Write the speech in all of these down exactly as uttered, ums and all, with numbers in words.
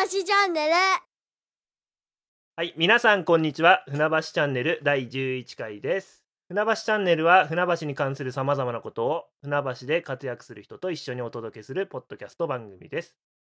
橋チャンネル。 はい、皆さんこんにちは。船橋チャンネルだいじゅういっかいです。船橋チャンネルは船橋に関する様々なことを船橋で活躍する人と一緒にお届けするポッドキャスト番組です。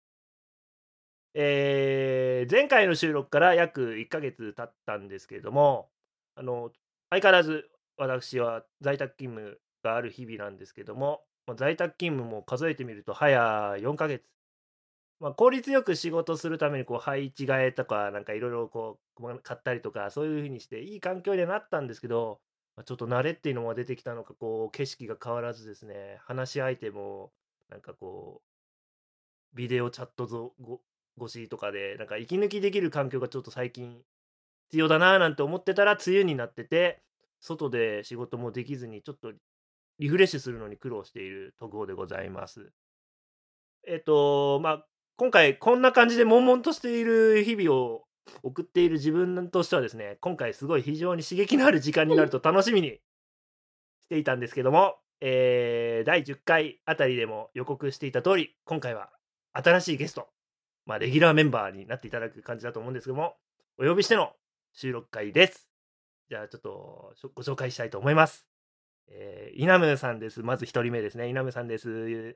えー、前回の収録から約いっかげつ経ったんですけれども、あの相変わらず私は在宅勤務がある日々なんですけども、まあ在宅勤務も数えてみると早よんかげつ。まあ、効率よく仕事するためにこう配置換えとかなんかいろいろこうま買ったりとかそういう風にしていい環境にはなったんですけど、まあ、ちょっと慣れっていうのも出てきたのかこう景色が変わらずですね、話し相手もなんかこうビデオチャットぞご越しとかでなんか息抜きできる環境がちょっと最近必要だななんて思ってたら梅雨になってて、外で仕事もできずにちょっとリフレッシュするのに苦労しているところでございます。えっとまあ今回こんな感じで悶々としている日々を送っている自分としてはですね、今回すごい非常に刺激のある時間になると楽しみにしていたんですけども、えー、だいじゅっかいあたりでも予告していた通り、今回は新しいゲスト、まあ、レギュラーメンバーになっていただく感じだと思うんですけども、お呼びしての収録会です。じゃあちょっとご紹介したいと思います。えー、イナムさんです。まずひとりめですね。イナムさんです。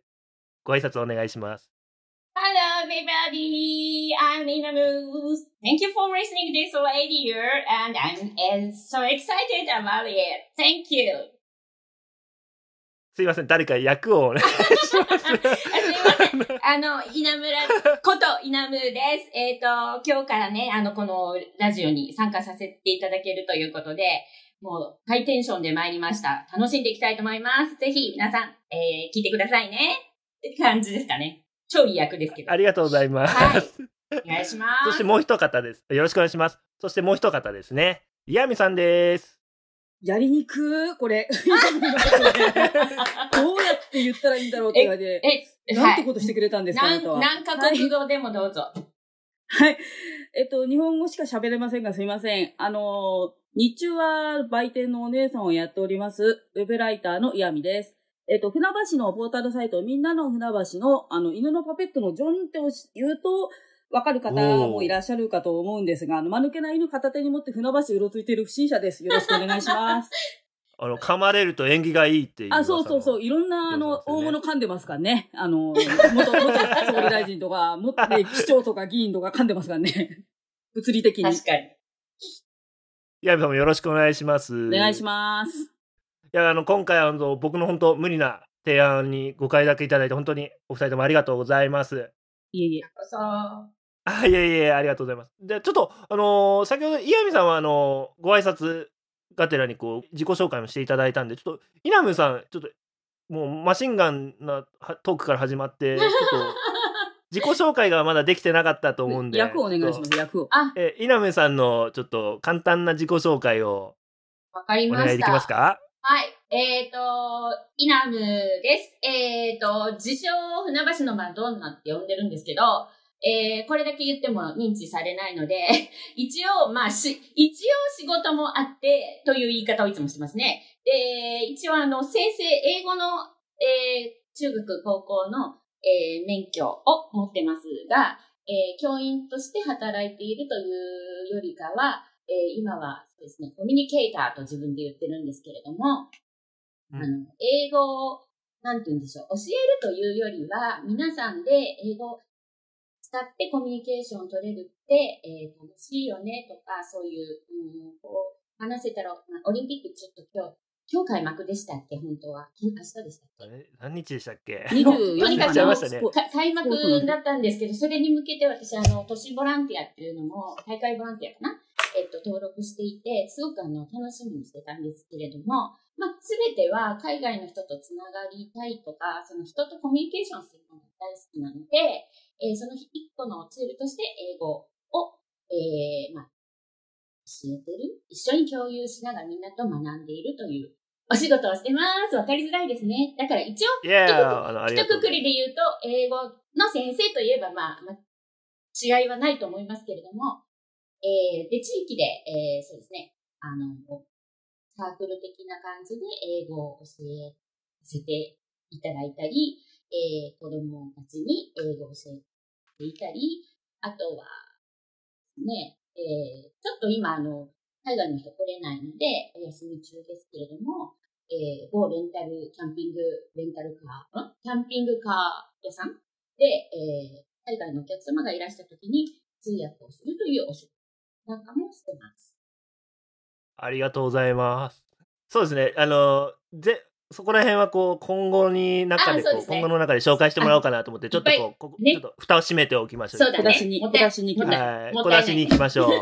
ご挨拶お願いします。 Hello, everybody. I'm Ina Moose. Thank you for listening to this radio, and I'm so excited about it. Thank you. すいません、誰か役をお願いします。 すいません。あの、稲村こと稲村です。えっと、今日からね、あの、このラジオに参加させていただけるということで、もう、ハイテンションで参りました。楽しんでいきたいと思います。ぜひ、皆さん、えー、聞いてくださいね。って感じですかね。超いい役ですけど。 ありがとうございます。 はい。お願いします。 そしてもう一方です。よろしくお願いします。そしてもう一方ですね。岩見さんです。 やりにくー、これ。どうやって言ったらいいんだろうって言われて。え、なんてことしてくれたんですか、あなたは。 何カ国語でもどうぞ。 はい。えっと、日本語しか喋れませんがすいません。あの、日中は売店のお姉さんをやっております、ウェブライターの岩見です。えっと、船橋のポータルサイト、みんなの船橋の、あの、犬のパペットのジョンって言うと、わかる方もいらっしゃるかと思うんですが、あの、間抜けな犬片手に持って船橋うろついている不審者です。よろしくお願いします。 あの、噛まれると縁起がいいっていう。 あ、そうそうそう。いろんな、あの、大物噛んでますからね。あの、元、元総理大臣とか、もっとね、市長とか議員とか噛んでますからね。物理的に。 確かに。 岩見さんもよろしくお願いします。 お願いします。 いや、あの、今回あの、僕の本当無理な提案にご快諾いただいて、本当にお二人ともありがとうございます。 いえいえ。 そう。 あ、いえいえ、ありがとうございます。で、ちょっと、あのー、先ほど、岩見さんは、あのー、ご挨拶がてらに、こう、自己紹介もしていただいたんで、ちょっと、イナムさん、ちょっと、もう、マシンガンなトークから始まって、ちょっと、自己紹介がまだできてなかったと思うんで。 役をお願いします、役を。 あ、え、イナムさんの、ちょっと、簡単な自己紹介を、 わかりました。お願いできますか？ はい。えっ、ー、と、イナムです。えっ、ー、と、自称、船橋のマドンナって呼んでるんですけど、えー、これだけ言っても認知されないので、一応、まあ、し、一応仕事もあって、という言い方をいつもしてますね。で、一応あの、先生、英語の、えー、中学高校の、えー、免許を持ってますが、えー、教員として働いているというよりかは、えー、今はそうですね、コミュニケーターと自分で言ってるんですけれども、うん、あの、英語を、なんて言うんでしょう、教えるというよりは、皆さんで英語を使ってコミュニケーションを取れるって、えー、楽しいよねとか、そういう、うん、こう、話せたら、まあ、オリンピックちょっと今日、今日開幕でしたっけ、本当は。明日でしたっけ？ 何日でしたっけ？ にじゅうよとにかく、 ね、 開幕だったんですけど、それに向けて私、あの、都市ボランティアっていうのも、大会ボランティアかなえっと、登録していて、すごくあの、楽しみにしてたんですけれども、まあ、すべては海外の人とつながりたいとか、その人とコミュニケーションするのが大好きなので、えー、その一個のツールとして英語を、えー、まあ、教えてる、一緒に共有しながらみんなと学んでいるというお仕事をしてます。わかりづらいですね。だから一応、 yeah, 一括りで言うと、英語の先生といえば、まあ、まあ、違いはないと思いますけれども、えー、で、地域で、えー、そうですね、あの、サークル的な感じで英語を教えさせていただいたり、えー、子供たちに英語を教えていたり、 あとは、ね、えー、ちょっと今、あの、海外の人来れないので、お休み中ですけれども、えー、某レンタル、キャンピング、レンタルカー、んキャンピングカー屋さんで、えー、海外のお客様がいらした時に通訳をするというお仕事なんかもしてます。 ありがとうございます。そうですね。あの、ぜ、そこら辺はこう今後に中でこう、ね、今後の中で紹介してもらおうかなと思ってちょっとこうここ、ね、ちょっと蓋を閉めておきましょう。 そうだね。 小出しに小出しに行きましょう。 はい、小出しに行きましょう。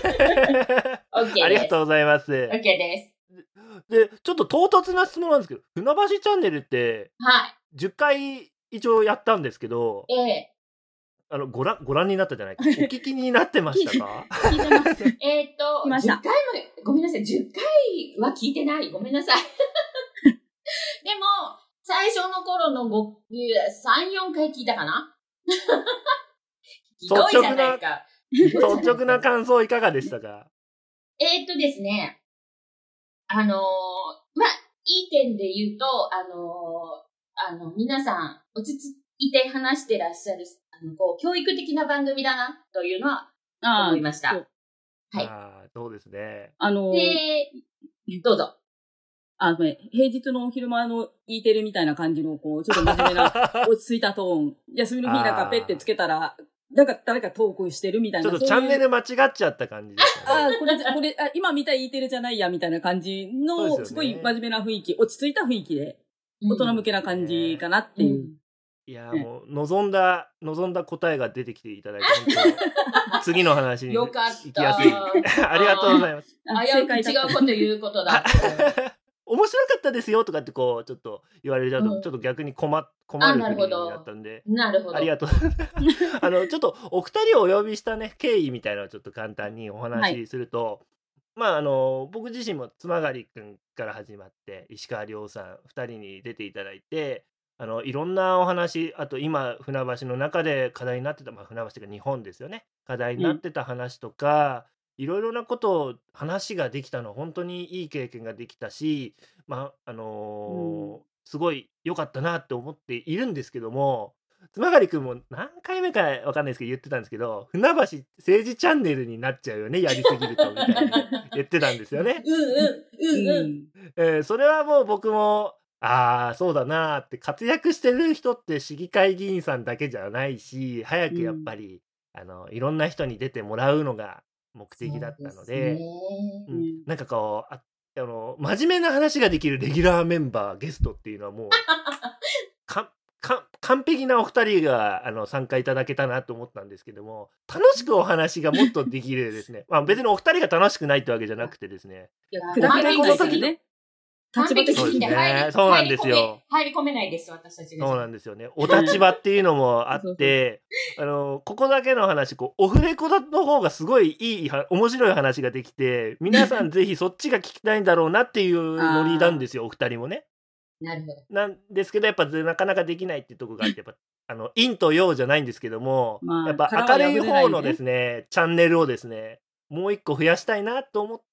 OK ありがとうございます。 OK です。 で、ちょっと唐突な質問なんですけど、船橋チャンネルってじゅっかい一応やったんですけど、 はい、ええあのご覧ご覧になったじゃないか。お聞きになってましたか？ 聞いてます。 えっとじゅっかいもごめんなさいじゅっかいは聞いてない。ごめんなさい。でも最初の頃のごさん、よんかい聞いたかな。ひどいじゃないか。 率直な感想いかがでしたか？ えー、っとですね、あのー、まあ、いい点で言うと、あのー、あの、皆さん落ち着いて話してらっしゃる、あの、こう、教育的な番組だな、というのは思いました。はい。 ああ、そうですね。 あのー、 で、どうぞ。 あの、ね、平日の昼間の E テレみたいな感じの、こう、ちょっと真面目な、落ち着いたトーン。休みの日なんかペッてつけたら、なんか誰かトークしてるみたいな。 ちょっとチャンネル間違っちゃった感じですかね。ああ、これ、これあ、今見た E テレじゃないや、みたいな感じの、ね、すごい真面目な雰囲気、落ち着いた雰囲気で、大人向けな感じかなっていう。うん、 いや、ね、もう、望んだ、望んだ答えが出てきていただいて、次の話に行きやすい。ありがとうございます。 あ、や、違うこと言うことだ。 面白かったですよとかってこうちょっと言われちゃうと、うん、ちょっと逆に困困る国になったんで、 なるほど。 ありがとう。あのちょっとお二人をお呼びしたね経緯みたいなのをちょっと簡単にお話しすると、はい、まああの僕自身もつまがりくんから始まって石川亮さんふたりに出ていただいて、あのいろんなお話、あと今船橋の中で課題になってた、まあ、船橋というか日本ですよね、課題になってた話とか、うんいろいろなことを話ができたのは本当にいい経験ができたし、まああのーうん、すごい良かったなって思っているんですけども、つまがりくんも何回目か分かんないですけど言ってたんですけど、船橋政治チャンネルになっちゃうよねやりすぎるとみたいに言ってたんですよね。 うんうんうんうん、 えー、それはもう僕もああそうだなって、活躍してる人って市議会議員さんだけじゃないし、早くやっぱり、うん、あのいろんな人に出てもらうのが目的だったの で, で、ねうん、なんかこう あ, あの真面目な話ができるレギュラーメンバーゲストっていうのはもうかか完璧なお二人があの参加いただけたなと思ったんですけども、楽しくお話がもっとできるですねまあ別にお二人が楽しくないってわけじゃなくてですね、 くだけこの時ね立場的にね、そうなんですよ。 入り込めないです私たちが。 そうなんですよね。お立場っていうのもあってあのここだけの話、こうオフレコの方がすごいいい面白い話ができて、皆さんぜひそっちが聞きたいんだろうなっていうノリなんですよお二人もね。 なるほど。 なんですけどやっぱなかなかできないっていうところがあって、やっぱあの陰と陽じゃないんですけども、まあ、やっぱ明るい方のですねチャンネルをですねもう一個増やしたいなと思って、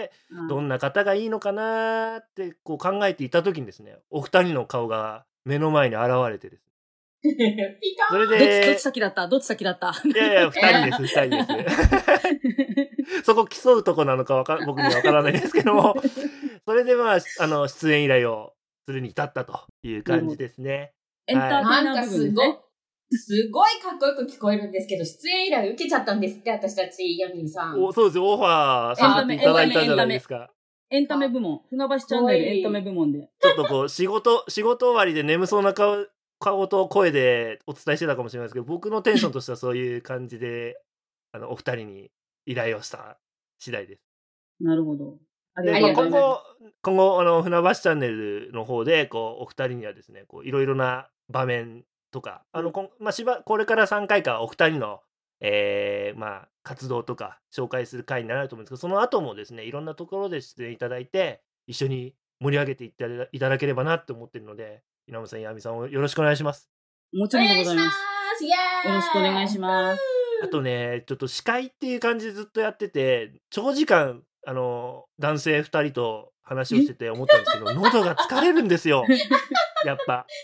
うん、どんな方がいいのかなってこう考えていた時にですね、お二人の顔が目の前に現れてですねそれでどっち、どっち先だったどっち先だったいやいや、二人です、二人ですそこ競うとこなのかわか僕には分からないですけどもそれでまあ、あの出演依頼をするに至ったという感じですね。 エンターテイナー部分ですね。 すごいかっこよく聞こえるんですけど、出演依頼受けちゃったんですって、私たち、ヤミンさん。 おそうですよ、オファーさせていただいたじゃないですか。 エンタメ部門。船橋チャンネルエンタメ部門で。 ちょっとこう、仕事、仕事終わりで眠そうな顔、顔と声でお伝えしてたかもしれないですけど、僕のテンションとしてはそういう感じで、あの、お二人に依頼をした次第です。 なるほど。 で、まあ、今後、今後、あの、船橋チャンネルの方で、こう、お二人にはですね、こう、いろいろな場面、とかあの、こまあ、しばこれからさんかいかお二人の、えーまあ、活動とか紹介する回になると思うんですけど、その後もですねいろんなところで出演いただいて一緒に盛り上げていっていただければなと思っているので、稲本さん、やみさんをよろしくお願いします。 もちろんでございます。よろしくお願いします。 あとねちょっと司会っていう感じでずっとやってて、長時間あの男性ふたりと話をしてて思ったんですけど喉が疲れるんですよやっぱ。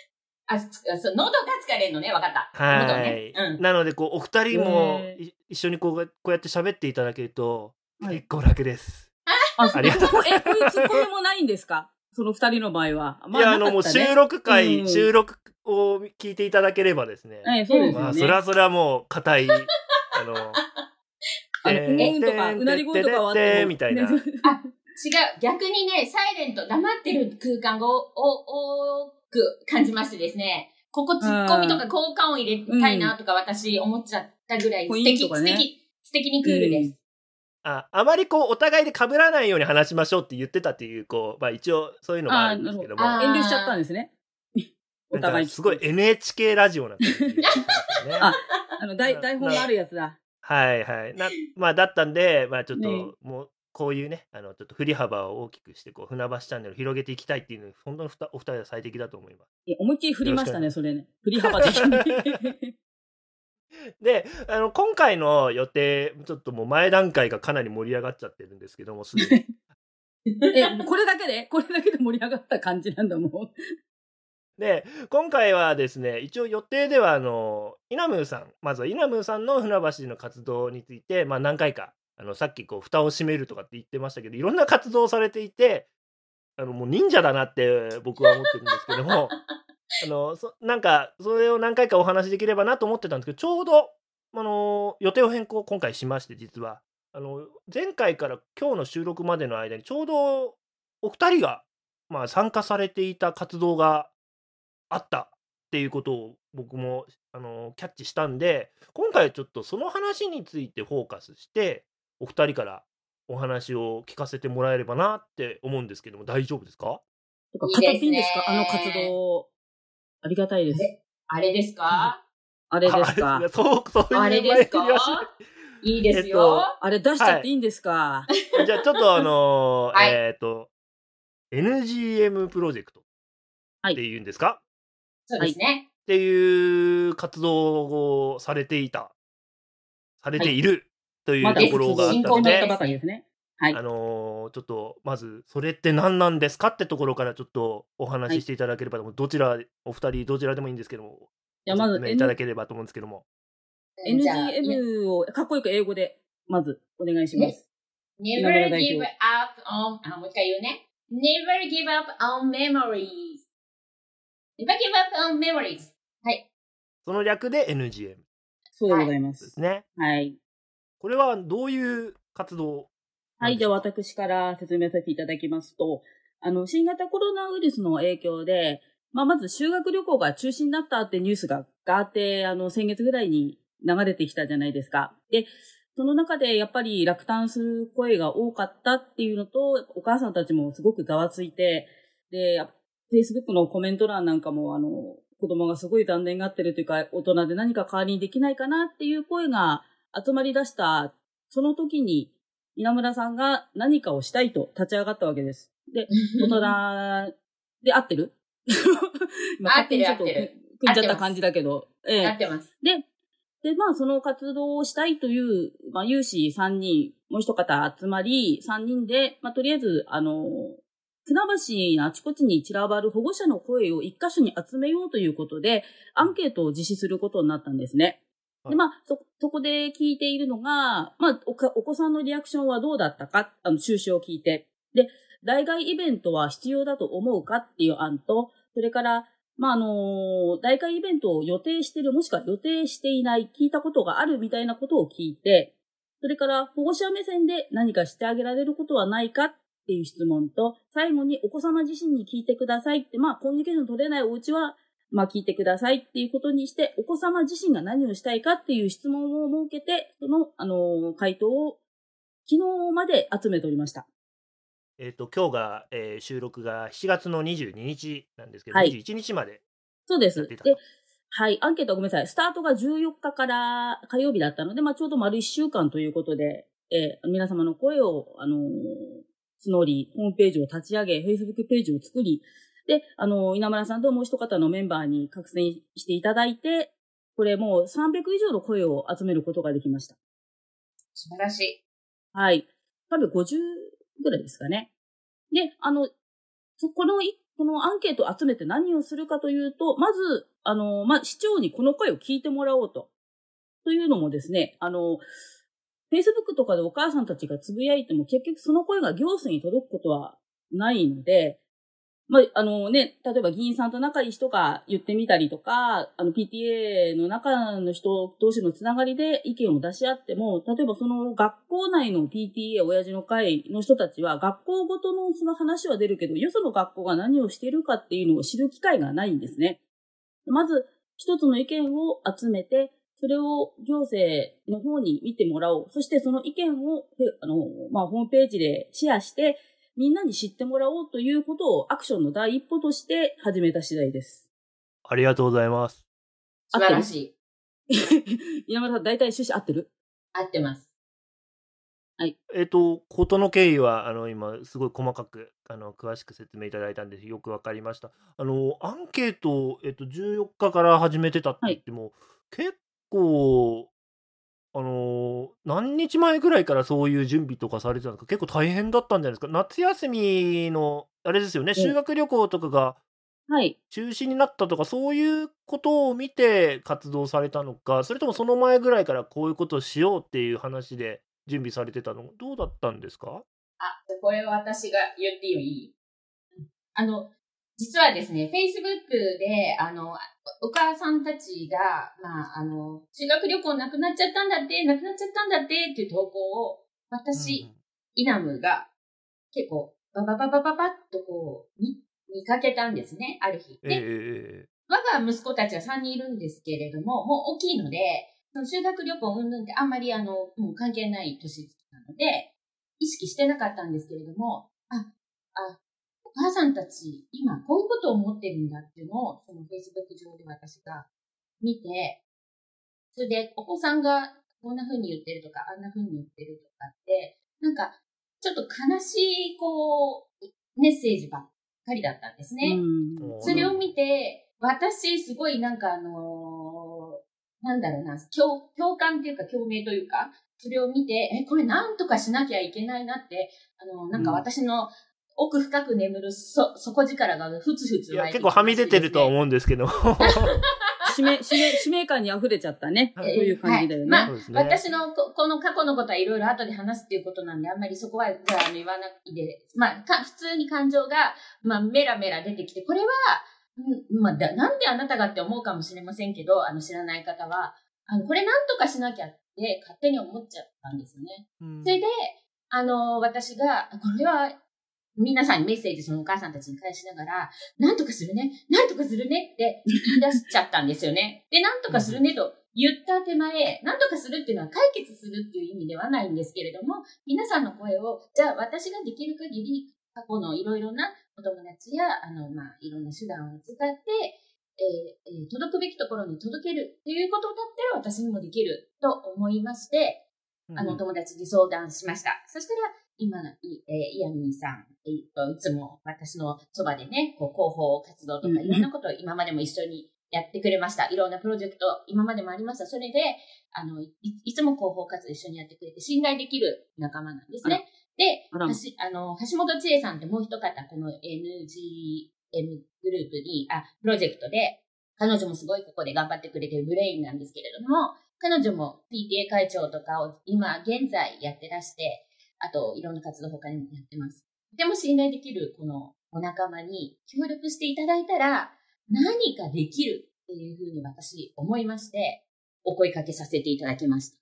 あ、そう喉が疲れるのね、わかった。 はい、 ねうん、 なのでこうお二人も一緒にこうこうやって喋っていただけると結構楽です。 はい、あ、ありがとうございます。え、こういうツッコミもないんですか？その二人の場合は。 まあ、いや、あの、もう収録回、うん、収録を聞いていただければですね。 はい、そうですよね。 まあ、そらそらもう、硬い、あの、 あの、うんとか、うなり声とかはあっても。 みたいな。 あ、違う。逆にね、サイレント、黙ってる空間が多く感じましてですね。ここツッコミとか効果音入れたいなとか私思っちゃったぐらい素敵、ね、素敵、素敵にクールです。うんあ, あまりこうお互いで被らないように話しましょうって言ってたっていうこう、まあ、一応そういうのもあるんですけども遠慮しちゃったんですね。 お互いすごい エヌエイチケー ラジオな感じですね。 あ、あの 台, 台本のあるやつだ。 はいはいな、まあだったんで、まあちょっと、ね、もうこういうねあのちょっと振り幅を大きくしてこう船橋チャンネルを広げていきたいっていうのに本当にお二人は最適だと思います。 いや思いっきり振りましたねそれね振り幅的に。 であの今回の予定ちょっともう前段階がかなり盛り上がっちゃってるんですけどもすでにえこれだけでこれだけで盛り上がった感じなんだもん。 で今回はですね一応予定ではあのイナムーさんまずはイナムーさんの船橋の活動について、まあ、何回かあのさっきこう蓋を閉めるとかって言ってましたけどいろんな活動をされていてあのもう忍者だなって僕は思ってるんですけどもあのそなんかそれを何回かお話しできればなと思ってたんですけどちょうどあの予定を変更今回しまして実はあの前回から今日の収録までの間にちょうどお二人が、まあ、参加されていた活動があったっていうことを僕もあのキャッチしたんで今回はちょっとその話についてフォーカスしてお二人からお話を聞かせてもらえればなって思うんですけども大丈夫ですか？ とか語っていいんですか？あの活動ありがたいです。 あれですか？ あれですか？ あれそうそういうあれですか？いいですよ、 えっと。あれ出しちゃっていいんですか？ はい、じゃあちょっとあのーはい、えっ、ー、と エヌジーエム プロジェクトっていうんですか？ そうですね。 っていう活動をされていたされている、はい、というところがあったので、 ばかりですね。はい、 あのー、ちょっとまずそれって何なんですかってところからちょっとお話ししていただければと、はい、どちらお二人どちらでもいいんですけどもじゃあまず説明いただければと思うんですけどもエヌジーエム をかっこよく英語でまずお願いします。 Never give up on あもう一回言うね。Never give up on memories. Never give up on memories. はい。 その略で エヌジーエム。 そうでございます。 ですね。 はい。 これはどういう活動？ はい、じゃあ私から説明させていただきますと、あの、新型コロナウイルスの影響で、まあ、まず修学旅行が中止になったってニュースがガーって、あの、先月ぐらいに流れてきたじゃないですか。で、その中でやっぱり落胆する声が多かったっていうのと、お母さんたちもすごくざわついて、で、Facebook のコメント欄なんかも、あの、子供がすごい残念がってるというか、大人で何か代わりにできないかなっていう声が集まり出した、その時に、稲村さんが何かをしたいと立ち上がったわけです。で、大人で合ってる今勝手にちょっと組んじゃった感じだけど。 ええ、合ってます。 で、で、まあその活動をしたいという、まあ有志さんにん、もう一方集まり、さんにんで、まあとりあえず、あの、船橋のあちこちに散らばる保護者の声を一箇所に集めようということで、アンケートを実施することになったんですね。で、まあ、そ、そこで聞いているのが、まあおか、お子さんのリアクションはどうだったか、あの、収集を聞いて。で、代替イベントは必要だと思うかっていう案と、それから、まあ、あの、代替イベントを予定している、もしくは予定していない、聞いたことがあるみたいなことを聞いて、それから保護者目線で何かしてあげられることはないかっていう質問と、最後にお子様自身に聞いてくださいって、まあ、コミュニケーション取れないお家は、まあ聞いてくださいっていうことにして、お子様自身が何をしたいかっていう質問を設けて、その、あの、回答を昨日まで集めておりました。 えっと、今日が、えー、収録がしちがつのにじゅうににちなんですけど、はい、にじゅういちにちまで。 そうです。で、はい、アンケートはごめんなさい。スタートがじゅうよっかから火曜日だったので、まあちょうど丸いっしゅうかんということで、えー、皆様の声を、あのー、募り、ホームページを立ち上げ、Facebook ページを作り、で、あの、稲村さんともう一方のメンバーに拡散していただいて、これもうさんびゃく以上の声を集めることができました。 素晴らしい。 はい。多分ごじゅうぐらいですかね。で、あの、 そこのい、このアンケートを集めて何をするかというと、まず、あの、まあ、市長にこの声を聞いてもらおうと。というのもですね、あの、Facebook とかでお母さんたちがつぶやいても結局その声が行政に届くことはないので、まあ、あのね、例えば議員さんと仲いい人が言ってみたりとか、あの ピーティーエー の中の人同士のつながりで意見を出し合っても、例えばその学校内の ピーティーエー 親父の会の人たちは学校ごとのその話は出るけど、よその学校が何をしているかっていうのを知る機会がないんですね。まず一つの意見を集めて、それを行政の方に見てもらおう。そしてその意見を、あの、まあ、ホームページでシェアして、みんなに知ってもらおうということをアクションの第一歩として始めた次第です。 ありがとうございます。 素晴らしい。 稲村さん、大体趣旨合ってる？ 合ってます。 はい。 えっと、事の経緯は、あの、今、すごい細かく、あの、詳しく説明いただいたんで、よくわかりました。あの、アンケートを、えっと、じゅうよっかから始めてたって言っても、はい、結構、あのー、何日前ぐらいからそういう準備とかされてたんですか？結構大変だったんじゃないですか？夏休みの、あれですよね、修学旅行とかが中止になったとか、そういうことを見て活動されたのか、それともその前ぐらいからこういうことをしようっていう話で準備されてたの？どうだったんですか？ あ、これは私が言っていい？あの、実はですね、Facebook で、あの、お母さんたちが、まあ、あの、修学旅行なくなっちゃったんだって、なくなっちゃったんだってっていう投稿を、私、うん、イナムが結構、ババババババッとこう、見、見かけたんですね、ある日。で、えー、我が息子たちはさんにんいるんですけれども、もう大きいので、その修学旅行うんぬんってあんまりあの、もう関係ない年月なので、意識してなかったんですけれども、あ、あ、お母さんたち、今こういうことを思ってるんだっていうのを、その Facebook 上で私が見て、それでお子さんがこんな風に言ってるとか、あんな風に言ってるとかって、なんか、ちょっと悲しい、こう、メッセージばっかりだったんですね。それを見て、私、すごいなんかあのー、なんだろうな、共、共感っていうか共鳴というか、それを見て、え、これなんとかしなきゃいけないなって、あの、なんか私の奥深く眠るそ、底力がふつふつ湧いてきましてですね。いや、 結構はみ出てるとは思うんですけど。 使命、使命、使命感に溢れちゃったね。そういう感じだよね。 はい、まあ、ね、私のこ、この過去のことはいろいろ後で話すっていうことなんで、あんまりそこは、じゃあ言わないで、まあ、か、普通に感情が、まあ、メラメラ出てきて、これは、んまあ、だ、なんであなたがって思うかもしれませんけど、あの、知らない方は、あの、これなんとかしなきゃって勝手に思っちゃったんですよね。うん、それで、あの、私が、これは、皆さんにメッセージそのお母さんたちに返しながら、なんとかするね、なんとかするねって言い出しちゃったんですよね。で、なんとかするねと言った手前、なんとかするっていうのは解決するっていう意味ではないんですけれども、皆さんの声を、じゃあ私ができる限り、過去のいろいろなお友達や、あの、まあ、いろんな手段を使って、えーえー、届くべきところに届けるっていうことだったら私にもできると思いまして、あの、友達に相談しました。そしたら、今のい、えー、イヤミーさん、えー、といつも私のそばでね、こう広報活動とかいろんなことを今までも一緒にやってくれました。いろんなプロジェクト今までもありました。それで、あの、い, いつも広報活動一緒にやってくれて信頼できる仲間なんですね。で、はしあの橋本千恵さんってもう一方、この エヌジーエム グループに、あ、プロジェクトで、彼女もすごいここで頑張ってくれてるブレインなんですけれども、彼女も ピーティーエー 会長とかを今現在やってらして、あといろんな活動他にもやってます。とても信頼できるこのお仲間に協力していただいたら何かできるっていうふうに私思いまして、お声かけさせていただきました。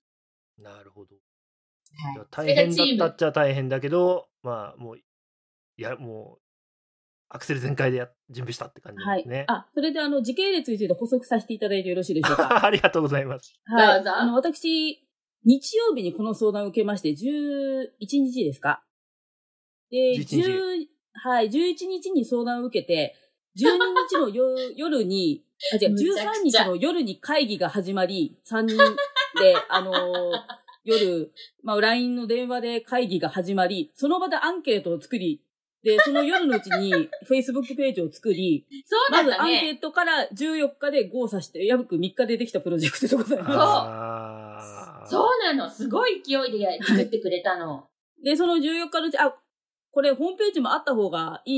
なるほど。 はい、 大変だったっちゃ大変だけど、まあもう、いや、もう、アクセル全開でや準備したって感じですね。 はい。あ、それであの、時系列について補足させていただいてよろしいでしょうか。 ありがとうございます。 はい。どうぞ。あの、私、日曜日にこの相談を受けまして、じゅういちにちですか？で、じゅう、はい、じゅういちにちに相談を受けて、じゅうににちの夜夜に、あ、違う、じゅうさんにちの夜に会議が始まり、さんにんで、あのー、夜、まあ、ライン の電話で会議が始まり、その場でアンケートを作り、で、その夜のうちに Facebook ページを作り、 そうだったね、 まずアンケートからじゅうよっかでゴーさして、約みっかでできたプロジェクトでございます。そう。そうなの。すごい勢いで作ってくれたの。 で、そのじゅうよっかのうち、あ、これホームページもあった方がいいなっ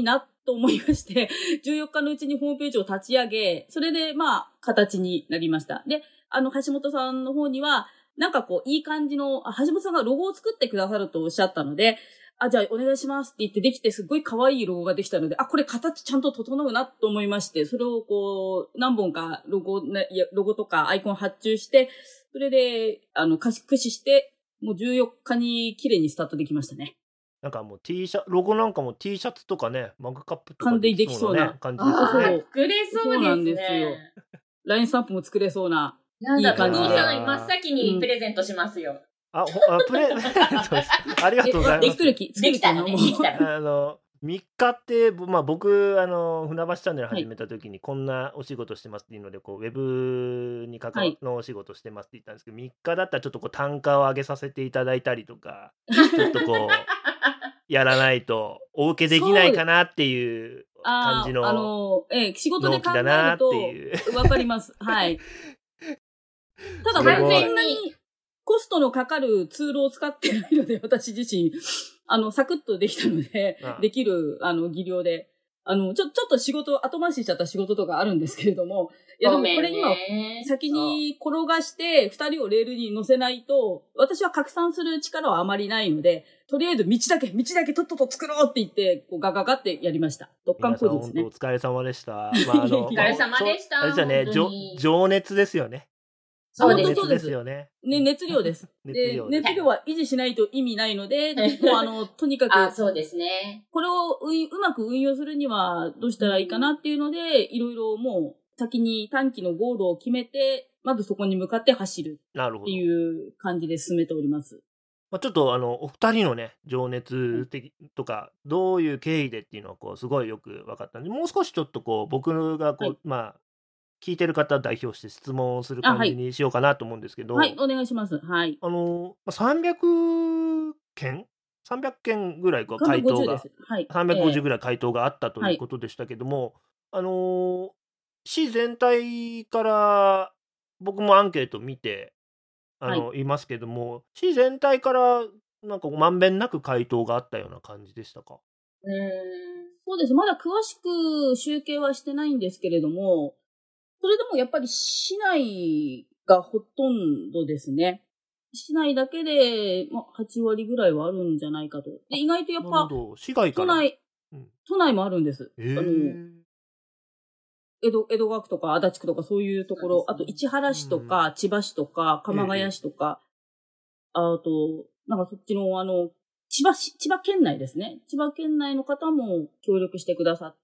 と思いまして、じゅうよっかのうちにホームページを立ち上げ、それでまあ、形になりました。で、あの、橋本さんの方には、なんかこう、いい感じの、あ橋本さんがロゴを作ってくださるとおっしゃったので、あ、じゃあお願いしますって言ってできて、すっごい可愛いロゴができたので、あ、これ形ちゃんと整うなと思いまして、それをこう、何本かロゴ、ね、いやロゴとかアイコン発注して、それで、あの、駆使して、もうじゅうよっかに綺麗にスタートできましたね。 なんかもう T シャツ、ロゴなんかも T シャツとかね、マグカップとか完全にできそうな感じですよね。 作れそうですね。 そうなんですよ。ラインスタンプも作れそうな。 なんだ、 いい感じで工藤さん、真っ先にプレゼントしますよ。 あ、ほあプレゼントです。ありがとうございます。 作る気、作る気のもう。 あの、みっかって、まあ僕、あの、船橋チャンネル始めた時に、こんなお仕事してますっていうので、こう、ウェブに関わるのお仕事してますって言ったんですけど、みっかだったらちょっとこう、単価を上げさせていただいたりとか、ちょっとこう、やらないと、お受けできないかなっていう感じの、 あの、ええ、仕事で考えると、わかります。はい。ただ、完全にコストのかかるツールを使ってないので、私自身、あの、サクッとできたので、ああできる、あの、技量で、あの、ちょ、ちょっと仕事、後回ししちゃった仕事とかあるんですけれども、いや、でもこれ今、先に転がして、二人をレールに乗せないと、私は拡散する力はあまりないので、とりあえず道だけ、道だけとっとと作ろうって言って、こうガガガってやりました。ドッカンコーディですね。 お疲れ様でした。まあ、あの、 お疲れ様でした。 あれですよね、情熱ですよね。 そうです。そうですよね。 ね、熱量です。熱量で、熱量は維持しないと意味ないので、もうあの、とにかく。 あ、そうですね。 これをう、うまく運用するにはどうしたらいいかなっていうので、いろいろもう先に短期のゴールを決めて、まずそこに向かって走る。 なるほど。 っていう感じで進めております。 まあ、ちょっとあの、お二人のね、情熱的とか、どういう経緯でっていうのは、こう、すごいよく分かったんで、もう少しちょっとこう、僕がこう、はい、まあ、聞いてる方代表して質問をする感じにしようかなと思うんですけど。 はい、はい、お願いします。はい。 あの、さんびゃくけん ?さんびゃく 件ぐらい回答が、はい、さんびゃくごじゅうぐらい回答があったということでしたけども、はい、あの、市全体から僕もアンケート見て、あの、はい、いますけども、市全体からなんかまんべんなく回答があったような感じでしたか？ うーん、そうです。まだ詳しく集計はしてないんですけれども、それでもやっぱり市内がほとんどですね。市内だけで、まあ、はちわりぐらいはあるんじゃないかと。で、意外とやっぱ、 市外から都内、うん、都内もあるんです。 あの江戸、江戸川区とか足立区とかそういうところ、ね、あと市原市とか、うん、千葉市とか、鎌ヶ谷市とか、あと、なんかそっちのあの、千葉市、千葉県内ですね。千葉県内の方も協力してくださって、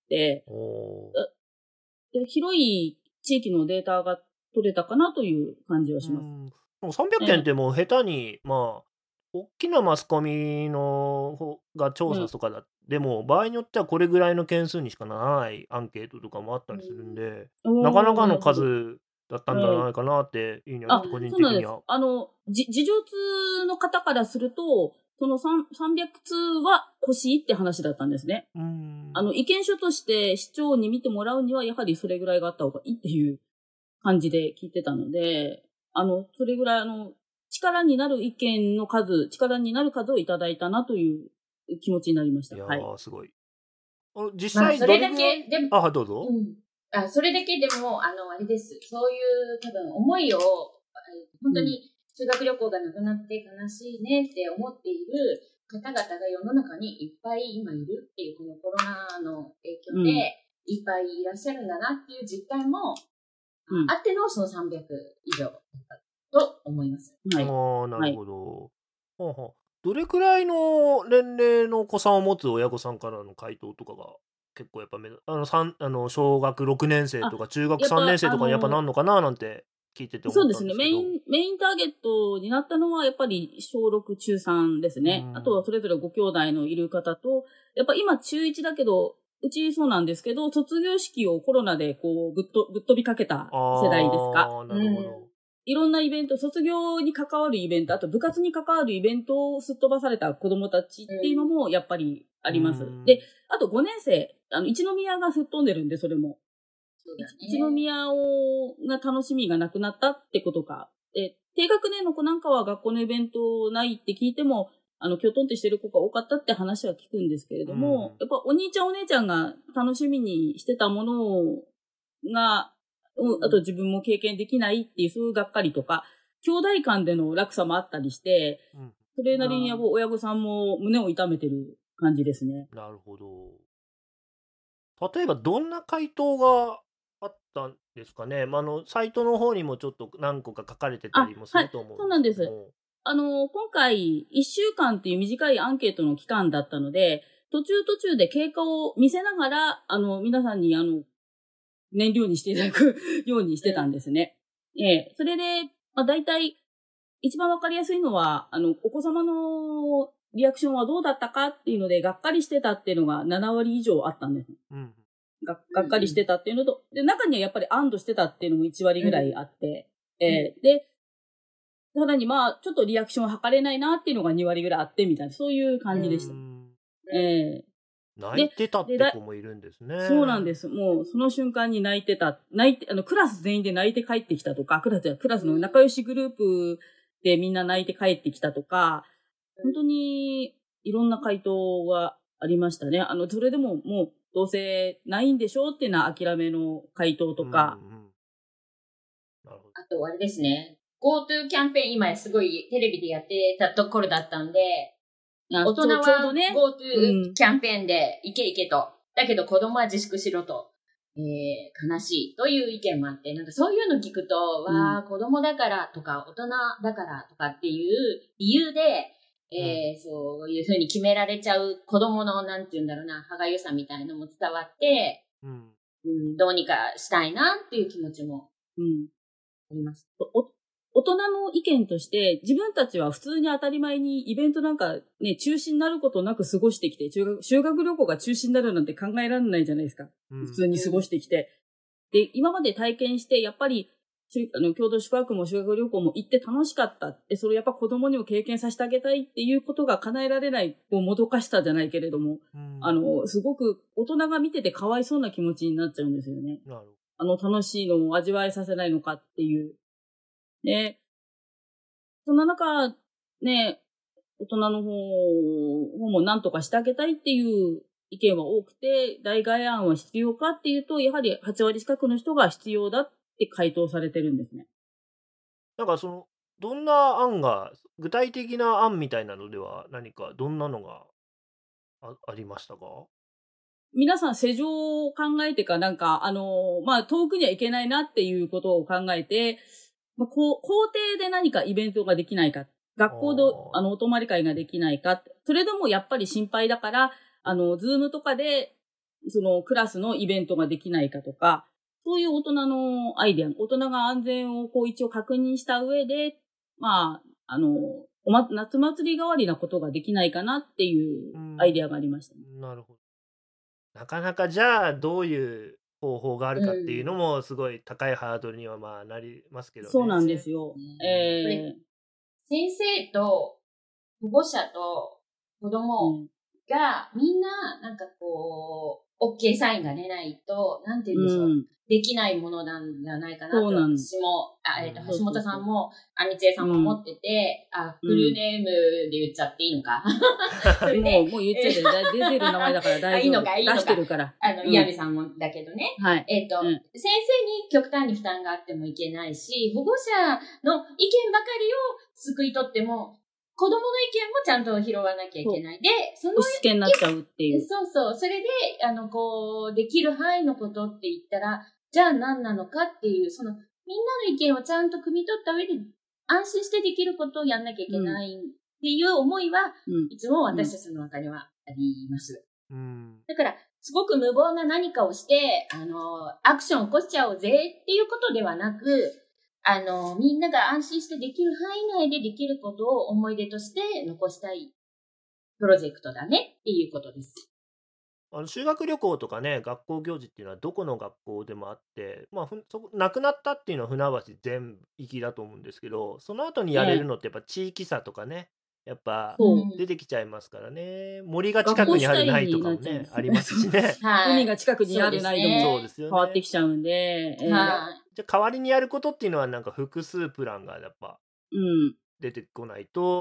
で広い地域のデータが取れたかなという感じはします。 うん、さんびゃくけんってもう下手に、えー、まあ、大きなマスコミの方が調査とかだ、うん、でも場合によってはこれぐらいの件数にしかならないアンケートとかもあったりするんで、うん、なかなかの数だったんじゃないかなっていうのは、個人的には。 あの、じ、事情通の方からすると、そのさんびゃくつうは欲しいって話だったんですね。 うんあの、意見書として市長に見てもらうには、やはりそれぐらいがあった方がいいっていう感じで聞いてたので、あの、それぐらい、あの、力になる意見の数、力になる数をいただいたなという気持ちになりました。 いやー、 はい、 すごい。あ実際、 まあ、それだけ、でも、 あ、どうぞ。 うんあ、それだけでも、あの、あれです。そういう多分思いを、本当に修学旅行がなくなって悲しいねって思っている方々が世の中にいっぱい今いるっていう、このコロナの影響でいっぱいいらっしゃるんだなっていう実感も、うん、あってのそのさんびゃく以上だったと思います。 はい、ああ、なるほど。はい、ははどれくらいの年齢のお子さんを持つ親御さんからの回答とかが結構やっぱめあのあの小学ろくねん生とか中学さんねん生とかにやっぱなんのかななんて聞いてて思ったんですけど。 そうですね。メイン、メインターゲットになったのはやっぱり小ろく、中さんですね。あとはそれぞれご兄弟のいる方と、やっぱ今中いちだけど、うちそうなんですけど、卒業式をコロナでこうぶっとぶっ飛びかけた世代ですか。 ああ、なるほど。うんいろんなイベント、卒業に関わるイベント、あと部活に関わるイベントをすっ飛ばされた子供たちっていうのもやっぱりあります。で、あとごねん生、あの、一宮が吹っ飛んでるんで、それも。 そうだね、 一宮をが楽しみがなくなったってことか。で、低学年の子なんかは学校のイベントないって聞いても、 あの、きょとんってしてる子が多かったって話は聞くんですけれども、 うんやっぱお兄ちゃんお姉ちゃんが楽しみにしてたものが、うん、あと自分も経験できないっていう、そういうがっかりとか、兄弟間での落差もあったりして、 うん、 それなりにやっぱ親御さんも胸を痛めてる感じですね。 なるほど。例えばどんな回答があったんですかね。まあ、あのサイトの方にもちょっと何個か書かれてたりもすると思うんですけども。 あの、今回、いっしゅうかんっていう短いアンケートの期間だったので、途中途中で経過を見せながら、あの、皆さんに、あの、燃料にしていただくようにしてたんですね。ええ、それで、まあ、大体、一番わかりやすいのは、あの、お子様のリアクションはどうだったかっていうので、がっかりしてたっていうのがななわり以上あったんです。 うん、 が, がっかりしてたっていうのと、で、中にはやっぱり安堵してたっていうのもいちわりぐらいあって、うん、えー、で、さらにまあ、ちょっとリアクション測れないなっていうのがにわりぐらいあって、みたいな、そういう感じでした。えー泣いてたって子もいるんですね。 そうなんです。もう、その瞬間に泣いてた。泣いて、あの、クラス全員で泣いて帰ってきたとか、クラス、クラスの仲良しグループでみんな泣いて帰ってきたとか、本当にいろんな回答がありましたね。あの、それでももう、どうせないんでしょうっていうのは諦めの回答とか。 うんうん、なるほど。 あと、あれですね。GoTo キャンペーン、今すごいテレビでやってたところだったんで、大人は GoTo キャンペーンで行け行けと。だけど子供は自粛しろと。えー、悲しいという意見もあって、なんかそういうの聞くと、うん、わあ、子供だからとか大人だからとかっていう理由で、えーうん、そういうふうに決められちゃう子供のなんていうんだろうな、歯がゆさみたいのも伝わって、うんうん、どうにかしたいなっていう気持ちも、うん、あります。 大人の意見として、自分たちは普通に当たり前にイベントなんかね、中止になることなく過ごしてきて、修学、修学旅行が中止になるなんて考えられないじゃないですか。うん、普通に過ごしてきて。で、今まで体験して、やっぱり、あの、共同宿泊も修学旅行も行って楽しかった。で、それをやっぱ子供にも経験させてあげたいっていうことが叶えられない、こう、もどかしさじゃないけれども、うん、あの、すごく大人が見ててかわいそうな気持ちになっちゃうんですよね。なるほど。あの、楽しいのを味わいさせないのかっていう。ね。その中、ね、大人の方も何とかしてあげたいっていう意見は多くて、代替案は必要かっていうと、やはりはちわり近くの人が必要だって回答されてるんですね。 なんかその、どんな案が、具体的な案みたいなのでは何かどんなのが あ, ありましたか？ 皆さん世情を考えてか、なんか、あの、まあ、遠くには行けないなっていうことを考えて、まあ、こう、校庭で何かイベントができないか、学校で、あの、お泊まり会ができないか、それでもやっぱり心配だから、あの、ズームとかで、その、クラスのイベントができないかとか、そういう大人のアイデア、大人が安全をこう一応確認した上で、まあ、あの、おま、夏祭り代わりなことができないかなっていうアイデアがありましたね。 なるほど。なかなかじゃあ、どういう方法があるかっていうのもすごい高いハードルにはまあなりますけどね。 そうなんですよ。えー、 先生と保護者と子供がみんななんかこう OK サインが出ないとなんて言うんでしょう、うん、できないものなんじゃないかなと私もあ、えー、と橋本さんもあみちえさんも思ってて、うん、あフルネームで言っちゃっていいのか、 うん、もうもう言っちゃってる、出てる名前だから大丈夫。 いいのかいいのか出してるからあの、岩見さんもだけどね、 はい、 えっ、ー、と、うん、先生に極端に負担があってもいけないし保護者の意見ばかりを救い取っても子供の意見もちゃんと拾わなきゃいけない。で、その押し付けになっちゃうっていう。 そうそう。それで、あの、こう、できる範囲のことって言ったら、じゃあ何なのかっていう、その、みんなの意見をちゃんと汲み取った上で、安心してできることをやんなきゃいけないっていう思いは、うん、いつも私たちの中にはあります。うん、だから、すごく無謀な何かをして、あの、アクション起こしちゃおうぜっていうことではなく、あの、みんなが安心してできる範囲内でできることを思い出として残したいプロジェクトだねっていうことです。 あの修学旅行とかね、学校行事っていうのはどこの学校でもあって、まあ、ふそ亡くなったっていうのは船橋全域だと思うんですけど、その後にやれるのってやっぱ地域差とかね、やっぱ出てきちゃいますからね。森が近くにあるないとかもね、ありますしね。 はい、海が近くにあるないでもそうですよね。 変わってきちゃうんで。 えーはい、 じゃあ代わりにやることっていうのはなんか複数プランがやっぱ出てこないと、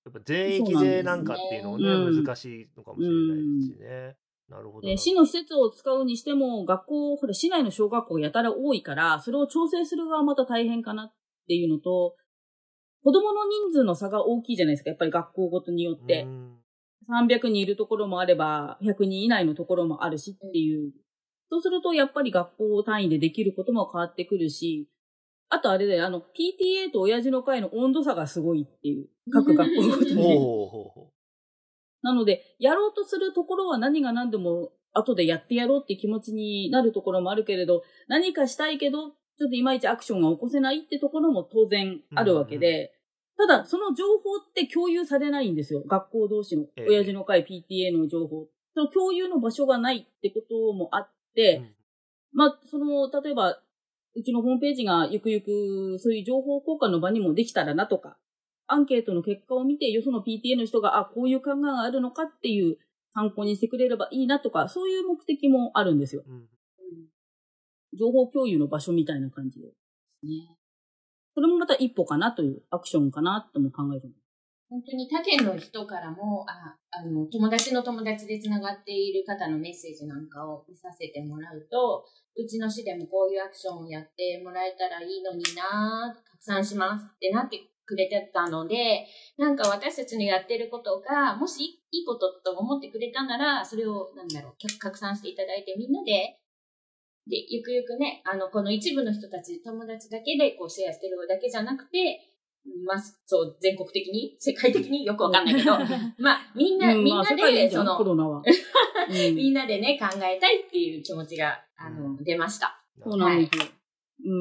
やっぱ全域でなんかっていうのもね、 うん難しいのかもしれないですしね。なるほどな。 で、市の施設を使うにしても、学校、ほら、市内の小学校がやたら多いから、それを調整する側はまた大変かなっていうのと、子供の人数の差が大きいじゃないですか、やっぱり学校ごとによって。さんびゃくにんいるところもあれば、ひゃくにん以内のところもあるしっていう。そうすると、やっぱり学校単位でできることも変わってくるし、あとあれだよ、あの、ピーティーエー と親父の会の温度差がすごいっていう。各学校ごとに。なので、やろうとするところは何が何でも後でやってやろうっていう気持ちになるところもあるけれど、何かしたいけど、ちょっといまいちアクションが起こせないってところも当然あるわけで、うんうん、ただその情報って共有されないんですよ。学校同士の、えー、親父の会 ピーティーエー の情報。その共有の場所がないってこともあって、うん、まあ、その、例えば、うちのホームページがゆくゆくそういう情報交換の場にもできたらなとか、アンケートの結果を見て、よその ピーティーエー の人が、あ、こういう考えがあるのかっていう参考にしてくれればいいなとか、そういう目的もあるんですよ。うん、情報共有の場所みたいな感じで、ね。それもまた一歩かなというアクションかなとも考える。 本当に他県の人からも、あ、あの、友達の友達でつながっている方のメッセージなんかを見させてもらうと、うちの市でもこういうアクションをやってもらえたらいいのになぁ、拡散しますってなってくれてたので、なんか私たちのやってることが、もしいいことと思ってくれたなら、それを、なんだろう、拡散していただいてみんなで、で、ゆくゆくね、あの、この一部の人たち、友達だけでこうシェアしてるだけじゃなくて、まあ、そう、全国的に、世界的によくわかんないけど、まあ、みんな、みんなで、その、 コロナはみんなでね、考えたいっていう気持ちが、あの、出ました。 そうなんですよ。はい、うん。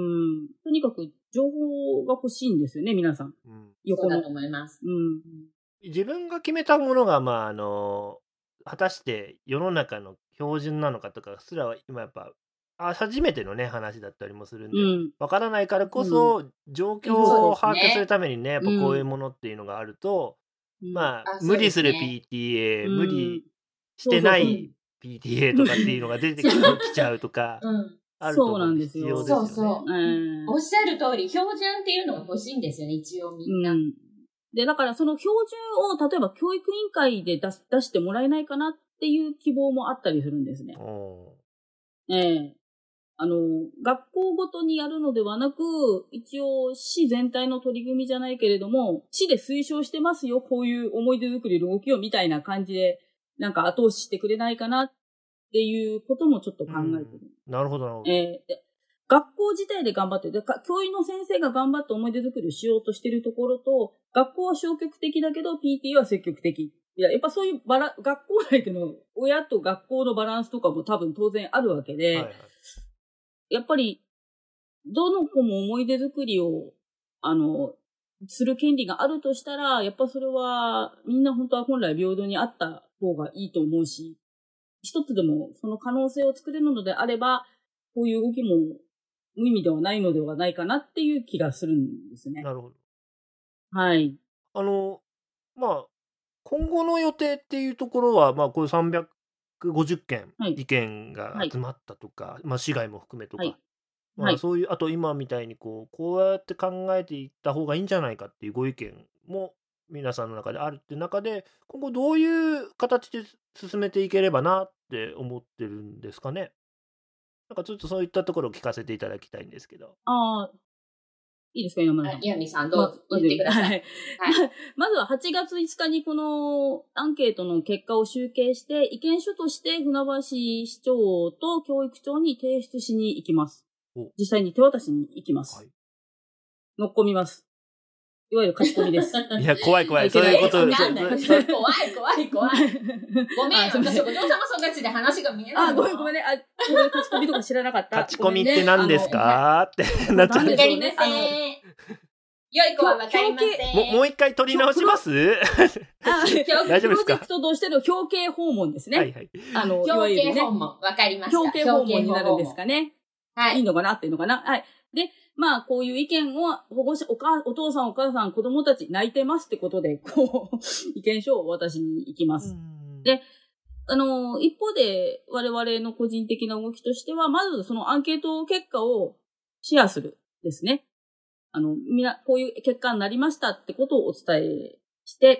とにかく、情報が欲しいんですよね、皆さん。 うん、横のそうだと思います。 うん。自分が決めたものが、まあ、あの、果たして世の中の標準なのかとかすらは、今やっぱ、あ初めてのね話だったりもするんで、わ、うん、からないからこそ、うん、状況を把握するためにね、やっぱこういうものっていうのがあると、うん、まあ、あ無理する ピーティーエー、うん、無理してない ピーティーエー とかっていうのが出てきちゃうとか、あると思うんですよ。 そうそうそう、うん。おっしゃる通り、標準っていうのが欲しいんですよね、一応みんな。うんで、だからその標準を、例えば教育委員会で出出してもらえないかなっていう希望もあったりするんですね。ええあの、学校ごとにやるのではなく、一応市全体の取り組みじゃないけれども、市で推奨してますよ、こういう思い出作りの動きをみたいな感じで、なんか後押ししてくれないかなっていうこともちょっと考えてる。 なるほど、なるほど。 えー学校自体で頑張ってる。教員の先生が頑張って思い出作りをしようとしてるところと、学校は消極的だけど ピーティー は積極的。いや、やっぱそういうバラ、学校内での親と学校のバランスとかも多分当然あるわけで、はいはい、やっぱり、どの子も思い出作りを、あの、する権利があるとしたら、やっぱそれはみんな本当は本来平等にあった方がいいと思うし、一つでもその可能性を作れるのであれば、こういう動きも無意味ではないのではないかなっていう気がするんですね。 なるほど。 はい。 あの、まあ、今後の予定っていうところは、まあ、こういうさんびゃくごじゅっけん意見が集まったとか、はい、まあ、市外も含めとか、はい、まあ、そういう、あと今みたいにこう、こうやって考えていった方がいいんじゃないかっていうご意見も皆さんの中であるっていう中で、今後どういう形で進めていければなって思ってるんですかね。なんかちょっとそういったところを聞かせていただきたいんですけど。 ああ、いいですか、山村さん。 岩見さん、どうぞ言ってください。はい。 はい、まずははちがついつかにこのアンケートの結果を集計して、意見書として船橋市長と教育長に提出しに行きます。実際に手渡しに行きます。はい、乗っ込みます。いわゆる書き込みです。 いや、怖い怖い。そういうこと。 なんだよ。怖い怖い怖い。ごめん、私、お嬢様育ちで話が見えない。 あ、ごめんごめんね。あ、これ書き込みとか知らなかった。 書き込みって何ですかってなっちゃう。 わかりません。良い子はわかりません。 もう、もう一回取り直します大丈夫ですか？プロジェクトとしての表敬訪問ですね。 はいはい。 あの、表敬訪問。わかりました。 表敬訪問になるんですかね。はい。いいのかなっていうのかな。はい。で、まあ、こういう意見を保護者、おか、お父さんお母さん子供たち泣いてますってことで、こう、意見書を渡しに行きます。で、あの、一方で我々の個人的な動きとしては、まずそのアンケート結果をシェアするですね。あの、みな、こういう結果になりましたってことをお伝えして、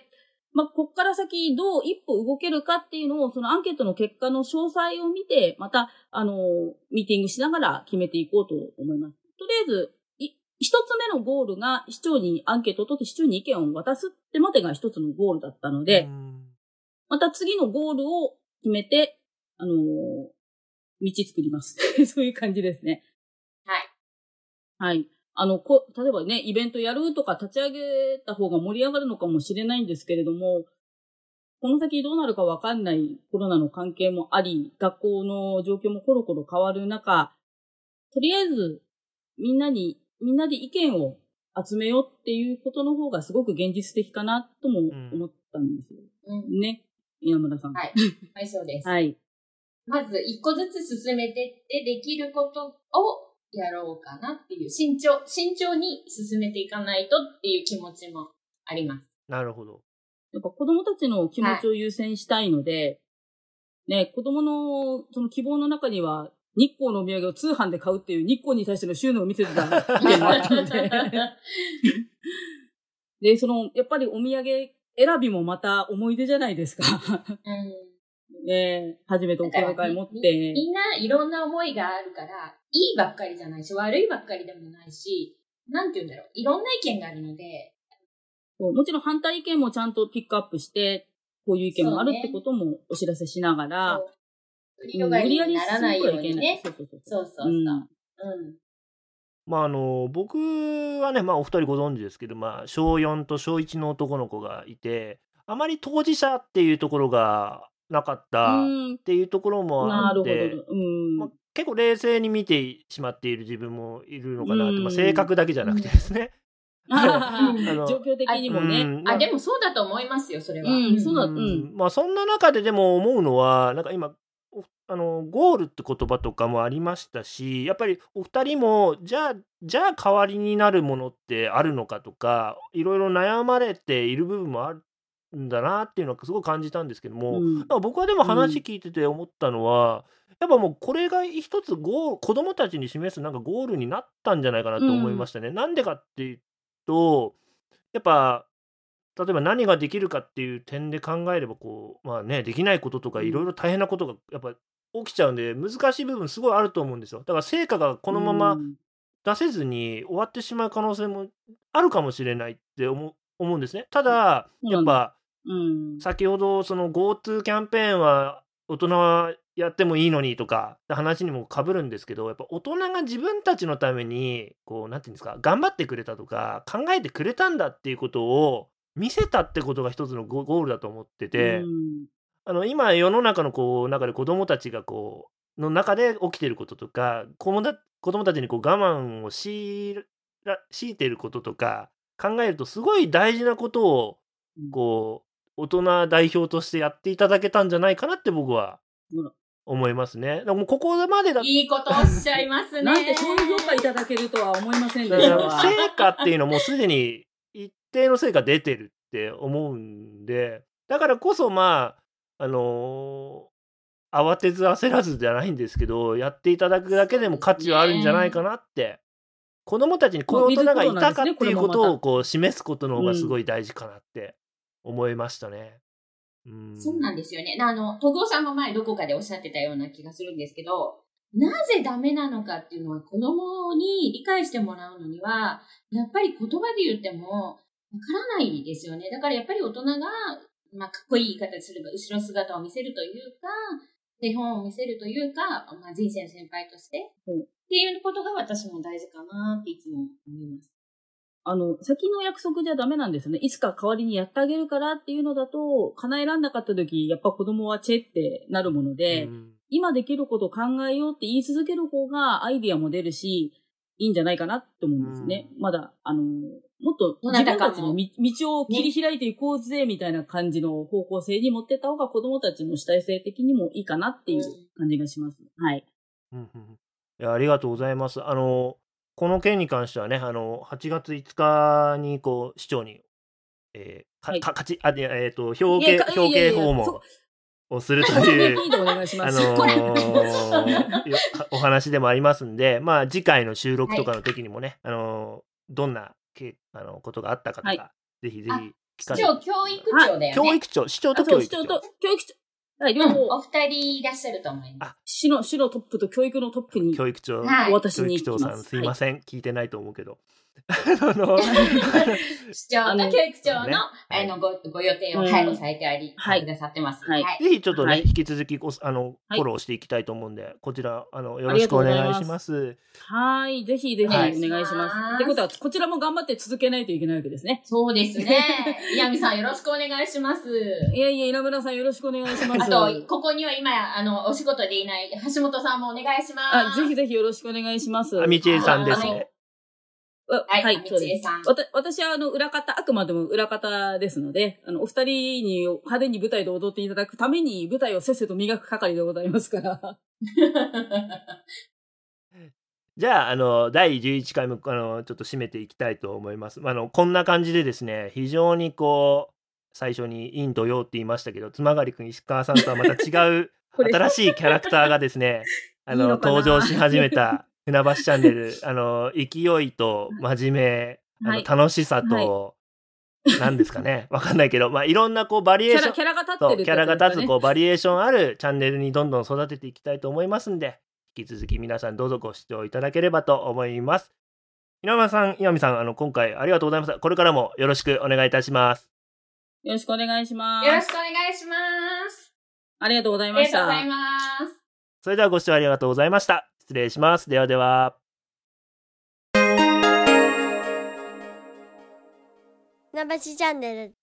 まあ、こっから先どう一歩動けるかっていうのを、そのアンケートの結果の詳細を見て、また、あの、ミーティングしながら決めていこうと思います。とりあえず、い一つ目のゴールが市長にアンケートを取って市長に意見を渡すってまでが一つのゴールだったので、 うんまた次のゴールを決めて、あの、道作ります。そういう感じですね。 はい。 はい。あの、こ、例えばね、イベントやるとか立ち上げた方が盛り上がるのかもしれないんですけれども、この先どうなるかわかんないコロナの関係もあり、学校の状況もコロコロ変わる中、とりあえず、みんなに、みんなで意見を集めようっていうことの方がすごく現実的かなとも思ったんですよ。 うん。 ね。稲村さん。 はい。はい、そうです。 はい。 まず一個ずつ進めてってできることをやろうかなっていう、慎重、慎重に進めていかないとっていう気持ちもあります。 なるほど。 やっぱ子供たちの気持ちを優先したいので、はい、ね、子供のその希望の中には、日光のお土産を通販で買うっていう日光に対しての収納を見せてた意見もあったので。で、その、やっぱりお土産選びもまた思い出じゃないですか。 うんね、初めてお小遣い持ってみ。 みんないろんな思いがあるから、いいばっかりじゃないし、悪いばっかりでもないし、なんて言うんだろう。いろんな意見があるので。 もちろん反対意見もちゃんとピックアップして、こういう意見もあるってこともお知らせしながら、 無理やりにならないようにね。 そうそうそう。 そうそうそう。うん。うんまああの僕はね、まあお二人ご存知ですけど、まあ小よんと小いちの男の子がいて、あまり当事者っていうところがなかったっていうところもあって、うんまあ、結構冷静に見てしまっている自分もいるのかなって、まあ、性格だけじゃなくてですね。 あの状況的にもね、 うんまあ、あでもそうだと思いますよ、それは。 うん、そうだ、うん。 まあそんな中ででも思うのは、なんか今あのゴールって言葉とかもありましたし、やっぱりお二人もじゃあじゃあ代わりになるものってあるのかとか、いろいろ悩まれている部分もあるんだなっていうのはすごく感じたんですけども、うん、僕はでも話聞いてて思ったのは、うん、やっぱもうこれが一つゴール、子供たちに示すなんかゴールになったんじゃないかなと思いましたね。うん、なんでかっていうと、やっぱ例えば何ができるかっていう点で考えればこうまあね、できないこととかいろいろ大変なことがやっぱ起きちゃうんで、難しい部分すごいあると思うんですよ。だから成果がこのまま出せずに終わってしまう可能性もあるかもしれないって思う、思うんですね。ただやっぱ、うん、先ほどその GoTo キャンペーンは大人はやってもいいのにとか話にもかぶるんですけど、やっぱ大人が自分たちのためにこうなんていうんですか、頑張ってくれたとか考えてくれたんだっていうことを見せたってことが一つのゴールだと思ってて、うん、あの今世の中のこう中で子どもたちがこうの中で起きていることとか、子どもた子どもたちにこう我慢を強いていることとか考えると、すごい大事なことをこう大人代表としてやっていただけたんじゃないかなって僕は思いますね。もうここまでだ。 いいことおっしゃいますね。 なんてそういう評価いただけるとは思いませんでしたわ。 成果っていうのはもうすでに一定の成果出てるって思うんで、だからこそまああのー、慌てず焦らずじゃないんですけど、やっていただくだけでも価値はあるんじゃないかなって、ね、子供たちにこういう大人がいたかっていうことをこう示すことの方がすごい大事かなって思いましたね。 うん、そうなんですよね。あの、戸郷さんも前どこかでおっしゃってたような気がするんですけど、なぜダメなのかっていうのは子供に理解してもらうのには、やっぱり言葉で言ってもわからないですよね。だからやっぱり大人が、まあ、かっこいい言い方すれば後ろ姿を見せるというか、手本を見せるというか、まあ、人生の先輩として、うん、っていうことが私も大事かなっていつも思います。 あの、先の約束じゃダメなんですね。いつか代わりにやってあげるからっていうのだと、叶えらんなかった時、やっぱ子供はチェってなるもので、うん、今できることを考えようって言い続ける方がアイディアも出るし、いいんじゃないかなって思うんですね。うん、まだ、あの、もっと自分たちの道を切り開いていこうぜみたいな感じの方向性に持ってった方が子供たちの主体性的にもいいかなっていう感じがします。はい。 うんうん、いや、ありがとうございます。あの、この件に関してはね、あのはちがついつかにこう市長に、えーかはい、か勝ちあえっ、ー、と表敬表敬訪問をするというあのー、お話でもありますんで、まあ次回の収録とかの時にもね、はい、あのー、どんなけあのことがあったかとか、はい、ぜひぜひ市長教育長だよね。 教育長、市長とあ、そう、 教育長。 市長と教育長。はい、 うん、 両方、 お二人いらっしゃると思います。 市の、市のトップと教育のトップに教育長、 はいお渡し教に行きます。 育長さん、すいまはい。 せん、聞いてないと思うけど。あの、 市長と教育長の、 ねあの、ご、ご予定を、 うんはい、押さえてあり、 はいくださってます。 はいぜひちょっとね、 はい引き続きごあの、 はいフォローしていきたいと思うんで、こちら、あの、よろしくお願いします。 はい。ぜひぜひおはい願いします。 はいってことは、こちらも頑張って続けないといけないわけですね。 そうですね。岩見さんよろしくお願いします。 いやいや、稲村さんよろしくお願いします。 あと、ここには今、あの、お仕事でいない橋本さんもお願いします。 あ、ぜひぜひよろしくお願いします。 あみちえさんですあのね。 わはい、 はい、 あみそうです。 ちえさん。 わた私はあの裏方、あくまでも裏方ですので、あの、お二人に派手に舞台で踊っていただくために舞台をせっせと磨く係でございますから。 じゃあ、あの、だいじゅういっかいも、あの、ちょっと締めていきたいと思います。あの、こんな感じでですね、非常にこう、最初に陰と陽って言いましたけど、妻狩くん、石川さんとはまた違う、 これ新しいキャラクターがですね、あの、 いいのかな登場し始めた、船橋チャンネル、あの、勢いと真面目、あの、 はい楽しさと、何ですかね、わかんないけど、まあ、いろんなこう、バリエーション、 キャラ、キャラが立ってるってそうキャラが立つねこうバリエーションあるチャンネルにどんどん育てていきたいと思いますんで、引き続き皆さんどうぞご視聴いただければと思います。稲村さん、岩見さん、あの今回ありがとうございました。これからもよろしくお願いいたします。 よろしくお願いします。 よろしくお願いします。 ありがとうございあました。 りがとうございます。 それではご視聴ありがとうございました。失礼します。ではでは。 船橋チャンネル